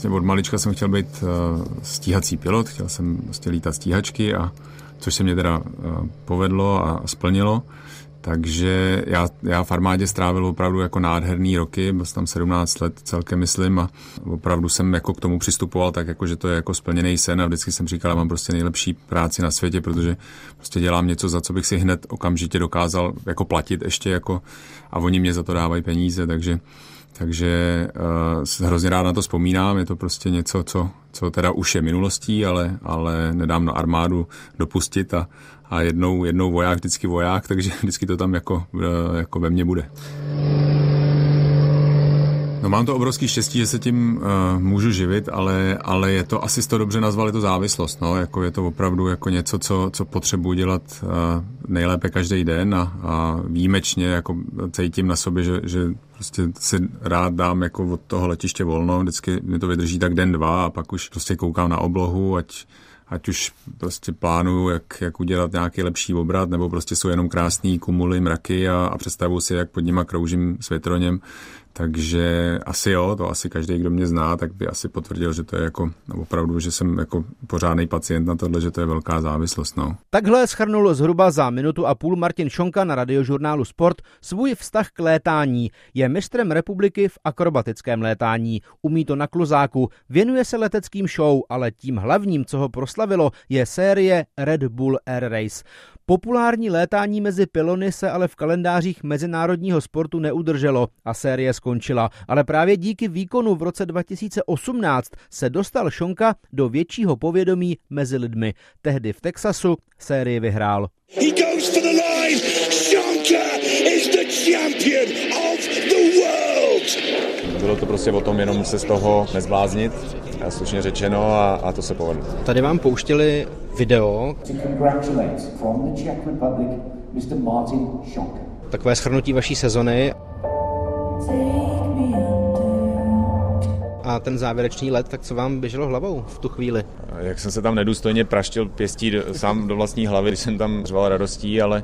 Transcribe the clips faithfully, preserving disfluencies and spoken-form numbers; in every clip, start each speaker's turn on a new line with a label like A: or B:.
A: Vlastně od malička jsem chtěl být stíhací pilot, chtěl jsem vlastně lítat stíhačky, a což se mě teda povedlo a splnilo. Takže já, já v armádě strávil opravdu jako nádherný roky, byl jsem tam sedmnáct let celkem, myslím, a opravdu jsem jako k tomu přistupoval tak, jako, že to je jako splněný sen, a vždycky jsem říkal, že mám prostě nejlepší práci na světě, protože prostě dělám něco, za co bych si hned okamžitě dokázal jako platit ještě jako, a oni mě za to dávají peníze, takže Takže uh, hrozně rád na to vzpomínám, je to prostě něco, co, co teda už je minulostí, ale, ale nedám na armádu dopustit, a, a jednou, jednou voják, vždycky voják, takže vždycky to tam jako, uh, jako ve mně bude. No, mám to obrovský štěstí, že se tím uh, můžu živit, ale, ale je to, asi to dobře nazval, je to závislost, no, jako je to opravdu jako něco, co, co potřebuji dělat uh, nejlépe každý den, a, a výjimečně jako cítím na sobě, že, že prostě si rád dám jako od toho letiště volno, vždycky mi to vydrží tak den, dva, a pak už prostě koukám na oblohu, ať ať už prostě plánuju, jak, jak udělat nějaký lepší obrat, nebo prostě jsou jenom krásný kumuly, mraky, a, a představuju si, jak pod nima kroužím s větroněm. Takže asi jo, to asi každý, kdo mě zná, tak by asi potvrdil, že to je jako no, opravdu, že jsem jako pořádný pacient na tohle, že to je velká závislost. No.
B: Takhle shrnul zhruba za minutu a půl Martin Šonka na Radiožurnálu Sport svůj vztah k létání. Je mistrem republiky v akrobatickém létání, umí to na kluzáku, věnuje se leteckým show, ale tím hlavním, co ho proslavilo, je série Red Bull Air Race. Populární létání mezi pylony se ale v kalendářích mezinárodního sportu neudrželo a série skončila, ale právě díky výkonu v roce dva tisíce osmnáct se dostal Šonka do většího povědomí mezi lidmi. Tehdy v Texasu sérii vyhrál. He goes for the line. Šonka is the champion of the world.
C: Bylo to prostě o tom jenom se z toho nezbláznit, slušně řečeno, a, a to se povedlo.
B: Tady vám pouštěli video. Takové shrnutí vaší sezony. A ten závěrečný let, tak co vám běželo hlavou v tu chvíli?
C: Jak jsem se tam nedůstojně praštil pěstí do, sám do vlastní hlavy, když jsem tam řval radostí, ale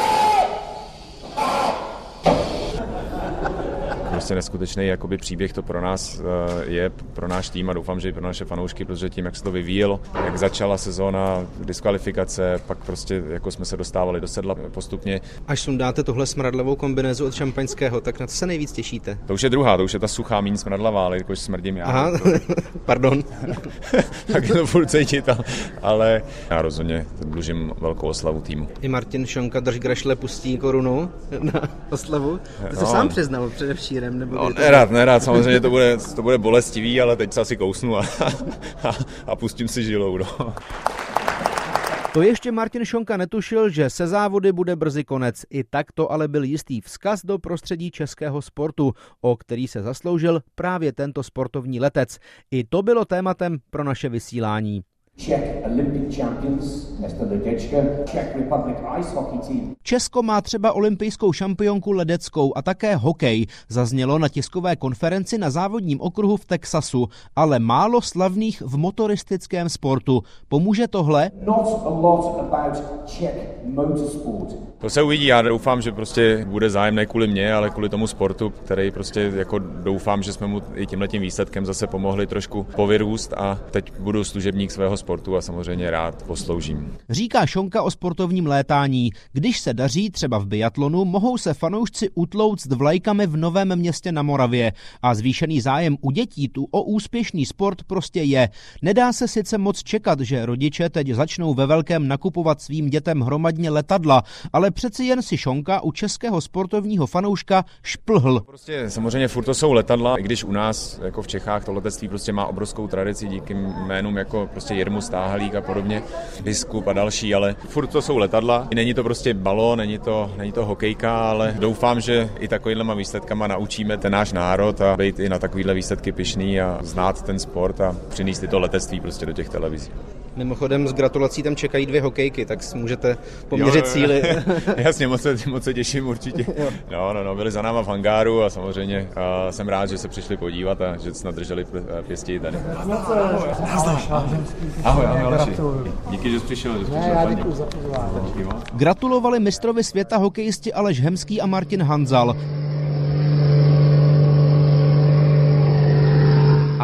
C: prostě neskutečný jakoby příběh to pro nás je, pro náš tým, a doufám, že i pro naše fanoušky, protože tím, jak se to vyvíjelo, jak začala sezóna, diskvalifikace, pak prostě jako jsme se dostávali do sedla postupně.
B: Až sundáte tohle smradlavou kombinézu od šampaňského, tak na to se nejvíc těšíte?
C: To už je druhá, to už je ta suchá, míň smradlavá, ale jakož smrdím já.
B: Aha, to... pardon.
C: Tak to furt cítit, ale já rozhodně dlužím velkou oslavu týmu.
B: I Martin Šonka drž grašle pustí korunu na oslavu. To se no, sám přiznal předevčírem. Nebo
C: no, nerad, nerad, samozřejmě to bude, to bude bolestivý, ale teď se asi kousnu a, a, a pustím si žilou. No.
B: To ještě Martin Šonka netušil, že se závody bude brzy konec. I tak to ale byl jistý vzkaz do prostředí českého sportu, o který se zasloužil právě tento sportovní letec. I to bylo tématem pro naše vysílání. Česko má třeba olympijskou šampionku ledeckou a také hokej. Zaznělo na tiskové konferenci na závodním okruhu v Texasu, ale málo slavných v motoristickém sportu. Pomůže tohle?
C: To se uvidí, já doufám, že prostě bude zájem ne kvůli mně, ale kvůli tomu sportu, který prostě jako doufám, že jsme mu i tímhletím výsledkem zase pomohli trošku povyrůst, a teď budu služebník svého sportu a samozřejmě rád posloužím.
B: Říká Šonka o sportovním létání. Když se daří třeba v biatlonu, mohou se fanoušci utlouct vlajkami v Novém Městě na Moravě, a zvýšený zájem u dětí tu o úspěšný sport prostě je. Nedá se sice moc čekat, že rodiče teď začnou ve velkém nakupovat svým dětem hromadně letadla, ale přeci jen si Šonka u českého sportovního fanouška šplhl.
C: Prostě samozřejmě furt to jsou letadla, i když u nás jako v Čechách to letectví prostě má obrovskou tradici díky jménům jako prostě Jirmu Stáhalík a podobně, Biskup a další, ale furt to jsou letadla. Není to prostě balón, není to, není to hokejka, ale doufám, že i takovýhlema výsledkama naučíme ten náš národ a být i na takovýhle výsledky pyšný a znát ten sport a přinést tyto letectví prostě do těch televizí.
B: Mimochodem s gratulací tam čekají dvě hokejky, tak můžete poměřit síly.
C: Jasně, moc se, moc se těším určitě. No, no, no, byli za náma v hangáru a samozřejmě a jsem rád, že se přišli podívat a že snad drželi pěstí tady. Ahoj, ahoj, Aleši. Díky, že jsi přišel. Že jsi přišel
D: já děkuji za pozvání.
B: Gratulovali mistrovi světa hokejisti Aleš Hemský a Martin Hanzal. A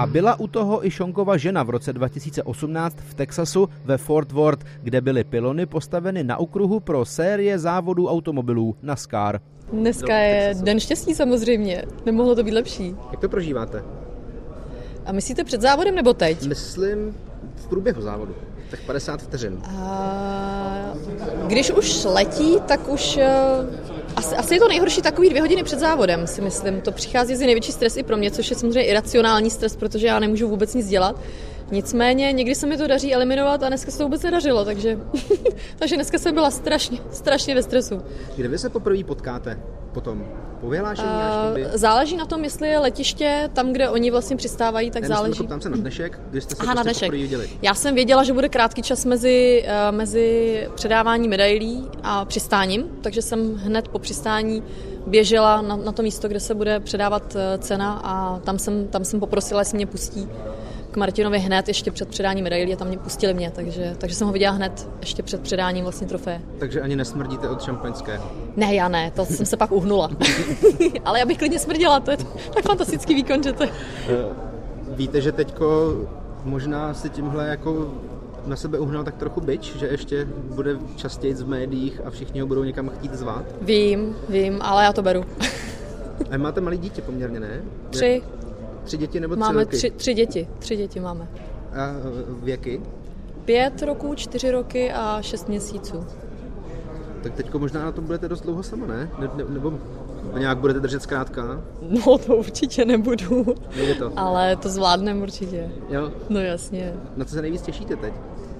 B: byla u toho i Šonkova žena v roce dva tisíce osmnáct v Texasu ve Fort Worth, kde byly pylony postaveny na okruhu pro série závodů automobilů NASCAR.
D: Dneska je den štěstí samozřejmě, nemohlo to být lepší.
B: Jak to prožíváte?
D: A myslíte před závodem nebo teď?
B: Myslím v průběhu závodu, tak padesát vteřin.
D: A když už letí, tak už asi, asi je to nejhorší takový dvě hodiny před závodem, si myslím. To přichází z největší stres i pro mě, což je samozřejmě iracionální stres, protože já nemůžu vůbec nic dělat. Nicméně někdy se mi to daří eliminovat a dneska se to vůbec nedařilo, takže, takže dneska jsem byla strašně, strašně ve stresu.
B: Kde vy se poprvé potkáte potom? Po vyhlášení až někdy?
D: Záleží na tom, jestli je letiště tam, kde oni vlastně přistávají, tak
B: ne,
D: záleží.
B: Ptám se na dnešek, kdy jste se
D: Aha,
B: prostě poprvé viděli.
D: Já jsem věděla, že bude krátký čas mezi, mezi předávání medailí a přistáním, takže jsem hned po přistání běžela na, na to místo, kde se bude předávat cena a tam jsem, tam jsem poprosila, jestli mě pustí k Martinovi hned ještě před předáním medailí a tam mě pustili mě, takže, takže jsem ho viděla hned ještě před předáním vlastně trofeje.
B: Takže ani nesmrdíte od šampaňského?
D: Ne, já ne, to jsem se pak uhnula. Ale já bych klidně smrděla, to je tak fantastický výkon, že to je.
B: Víte, že teďko možná si tímhle jako na sebe uhnal tak trochu bič, že ještě bude častěji v médiích a všichni ho budou někam chtít zvát?
D: Vím, vím, ale já to beru.
B: A máte malé dítě poměrně, ne?
D: Tři.
B: Tři děti nebo tři
D: máme
B: roky?
D: Tři, tři děti, tři děti máme.
B: A věky?
D: Pět roků, čtyři roky a šest měsíců.
B: Tak teďko možná na to budete dost dlouho sama, ne? ne, ne nebo nějak budete držet zkrátka?
D: No to určitě nebudu.
B: Nejde to.
D: Ale to zvládnem určitě.
B: Jo?
D: No jasně.
B: Na co se nejvíc těšíte teď?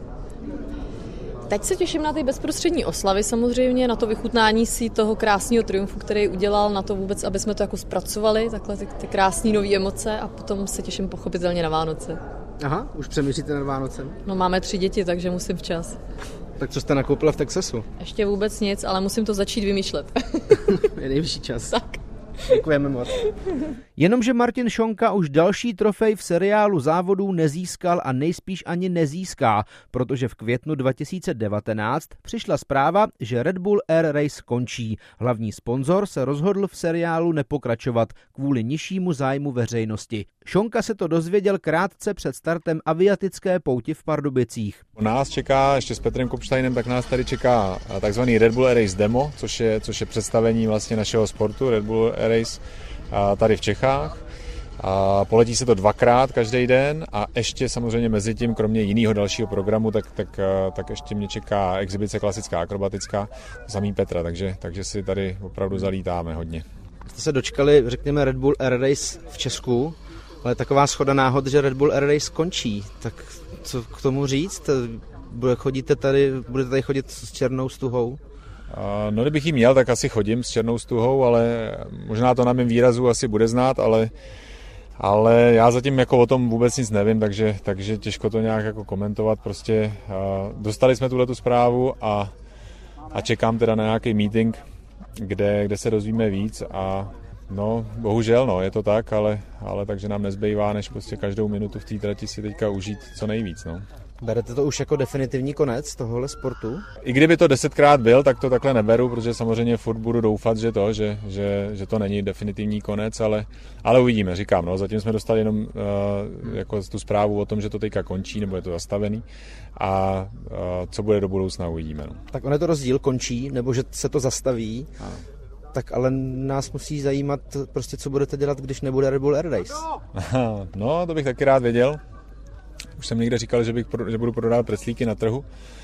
D: Teď se těším na ty bezprostřední oslavy samozřejmě, na to vychutnání si toho krásného triumfu, který udělal, na to vůbec, aby jsme to jako zpracovali, takhle ty, ty krásné nové emoce a potom se těším pochopitelně na Vánoce.
B: Aha, už přemýšlíte nad Vánocem?
D: No máme tři děti, takže musím včas.
B: Tak co jste nakoupila v Texasu?
D: Ještě vůbec nic, ale musím to začít vymýšlet.
B: Je nejvyšší čas.
D: Tak.
B: Děkujeme moc. Jenomže Martin Šonka už další trofej v seriálu závodů nezískal a nejspíš ani nezíská, protože v květnu dva tisíce devatenáct přišla zpráva, že Red Bull Air Race končí. Hlavní sponzor se rozhodl v seriálu nepokračovat kvůli nižšímu zájmu veřejnosti. Šonka se to dozvěděl krátce před startem aviatické pouti v Pardubicích.
C: Nás čeká, ještě s Petrem Kopštajnem, tak nás tady čeká takzvaný Red Bull Air Race Demo, což je, což je představení vlastně našeho sportu Red Bull Air Race tady v Čechách. A poletí se to dvakrát každý den a ještě samozřejmě mezi tím, kromě jiného dalšího programu, tak, tak, tak ještě mě čeká exibice klasická, akrobatická, samý Petra, takže, takže si tady opravdu zalítáme hodně.
B: Jste se dočkali, řekněme, Red Bull Air Race v Česku, ale taková shoda náhod, že Red Bull Air Race končí, tak co k tomu říct? Chodíte tady, budete tady chodit s černou stuhou?
C: No, kdybych jí měl, tak asi chodím s černou stuhou, ale možná to na mém výrazu asi bude znát, ale, ale já zatím jako o tom vůbec nic nevím, takže, takže těžko to nějak jako komentovat. Prostě dostali jsme tuhletu zprávu a, a čekám teda na nějaký meeting, kde, kde se dozvíme víc a no, bohužel, no, je to tak, ale, ale takže nám nezbývá, než prostě každou minutu v té trati si teďka užít co nejvíc, no.
B: Berete to už jako definitivní konec tohohle sportu?
C: I kdyby to desetkrát byl, tak to takhle neberu, protože samozřejmě furt budu doufat, že to, že, že, že to není definitivní konec, ale, ale uvidíme, říkám, no, zatím jsme dostali jenom uh, jako tu zprávu o tom, že to teďka končí, nebo je to zastavený a uh, co bude do budoucna, uvidíme. No.
B: Tak on je to rozdíl, končí, nebo že se to zastaví, ano. Tak ale nás musí zajímat prostě, co budete dělat, když nebude Red Bull Air Race.
C: No, to bych taky rád věděl. Už jsem někde říkal, že, bych, že budu prodávat preclíky na trhu.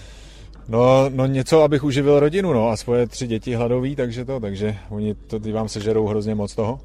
C: No, no něco, abych uživil rodinu, no, a svoje tři děti hladoví, takže to, takže oni to vám sežerou hrozně moc toho.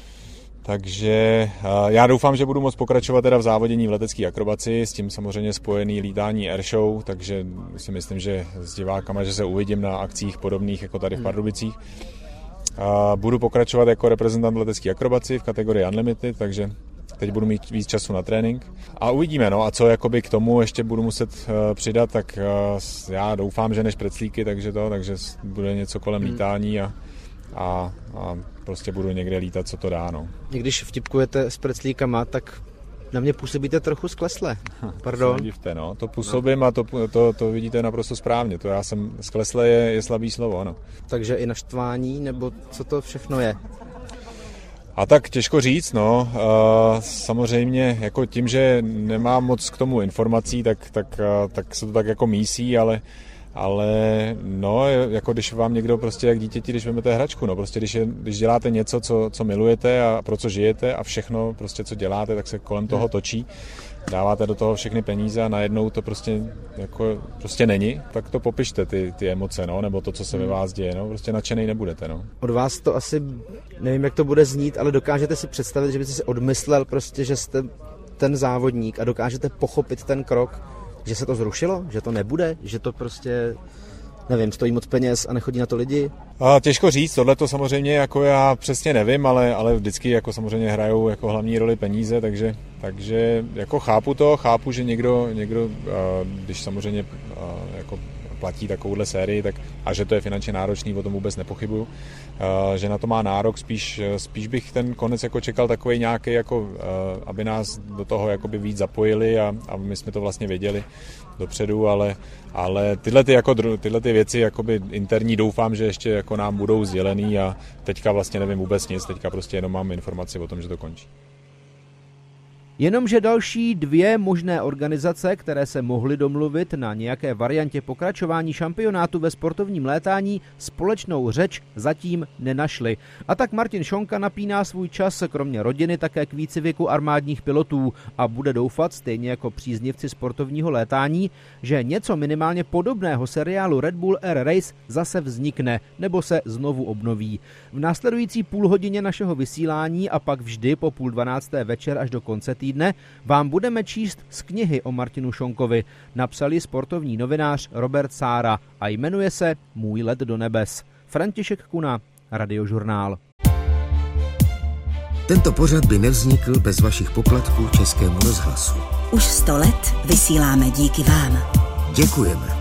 C: Takže uh, já doufám, že budu moct pokračovat teda v závodění v letecké akrobaci, s tím samozřejmě spojený lítání airshow, takže si myslím, že s divákama, že se uvidím na akcích podobných jako tady v Pardubicích. Uh, budu pokračovat jako reprezentant letecké akrobaci v kategorii Unlimited, takže teď budu mít víc času na trénink a uvidíme, no a co jakoby k tomu ještě budu muset uh, přidat, tak uh, já doufám, že než preclíky, takže to, takže bude něco kolem hmm. lítání a, a, a prostě budu někde lítat, co to dá, no.
B: Když vtipkujete s preclíkama, tak na mě působíte trochu sklesle. Pardon.
C: To nedivte, no. To působím a to, to, to vidíte naprosto správně. To já jsem, sklesle je, je slabý slovo, ano.
B: Takže i naštvání, nebo co to všechno je?
C: A tak těžko říct, no. Samozřejmě jako tím, že nemám moc k tomu informací, tak, tak, tak se to tak jako mísí, ale Ale no, jako když vám někdo prostě jak dítěti, když vezmete hračku, no prostě když, je, když děláte něco, co, co milujete a pro co žijete a všechno prostě, co děláte, tak se kolem toho točí, dáváte do toho všechny peníze a najednou to prostě jako prostě není, tak to popište ty, ty emoce, no, nebo to, co se ve vás děje, no, prostě nadšenej nebudete, no.
B: Od vás to asi, nevím, jak to bude znít, ale dokážete si představit, že byste si odmyslel prostě, že jste ten závodník a dokážete pochopit ten krok, že se to zrušilo? Že to nebude? Že to prostě, nevím, stojí moc peněz a nechodí na to lidi?
C: A těžko říct, tohle to samozřejmě jako já přesně nevím, ale, ale vždycky jako samozřejmě hrajou jako hlavní roli peníze, takže, takže jako chápu to, chápu, že někdo, někdo když samozřejmě jako platí takovouhle sérii, tak, a že to je finančně náročný, o tom vůbec nepochybuju, že na to má nárok, spíš, spíš bych ten konec jako čekal takovej nějaký, jako, aby nás do toho jakoby víc zapojili a, a my jsme to vlastně věděli dopředu, ale, ale tyhle, ty, jako, tyhle ty věci jakoby interní doufám, že ještě jako nám budou sdělený a teďka vlastně nevím vůbec nic, teďka prostě jenom mám informaci o tom, že to končí.
B: Jenomže další dvě možné organizace, které se mohly domluvit na nějaké variantě pokračování šampionátu ve sportovním létání, společnou řeč zatím nenašly. A tak Martin Šonka napíná svůj čas kromě rodiny také k výcviku armádních pilotů a bude doufat, stejně jako příznivci sportovního létání, že něco minimálně podobného seriálu Red Bull Air Race zase vznikne nebo se znovu obnoví. V následující půl hodině našeho vysílání a pak vždy po půl dvanácté večer až do konce týdne vám budeme číst z knihy o Martinu Šonkovi. Napsal ji sportovní novinář Robert Sára a jmenuje se Můj let do nebes. František Kuna, Radiožurnál.
E: Tento pořad by nevznikl bez vašich poplatků Českému rozhlasu.
F: Už sto let vysíláme díky vám.
E: Děkujeme.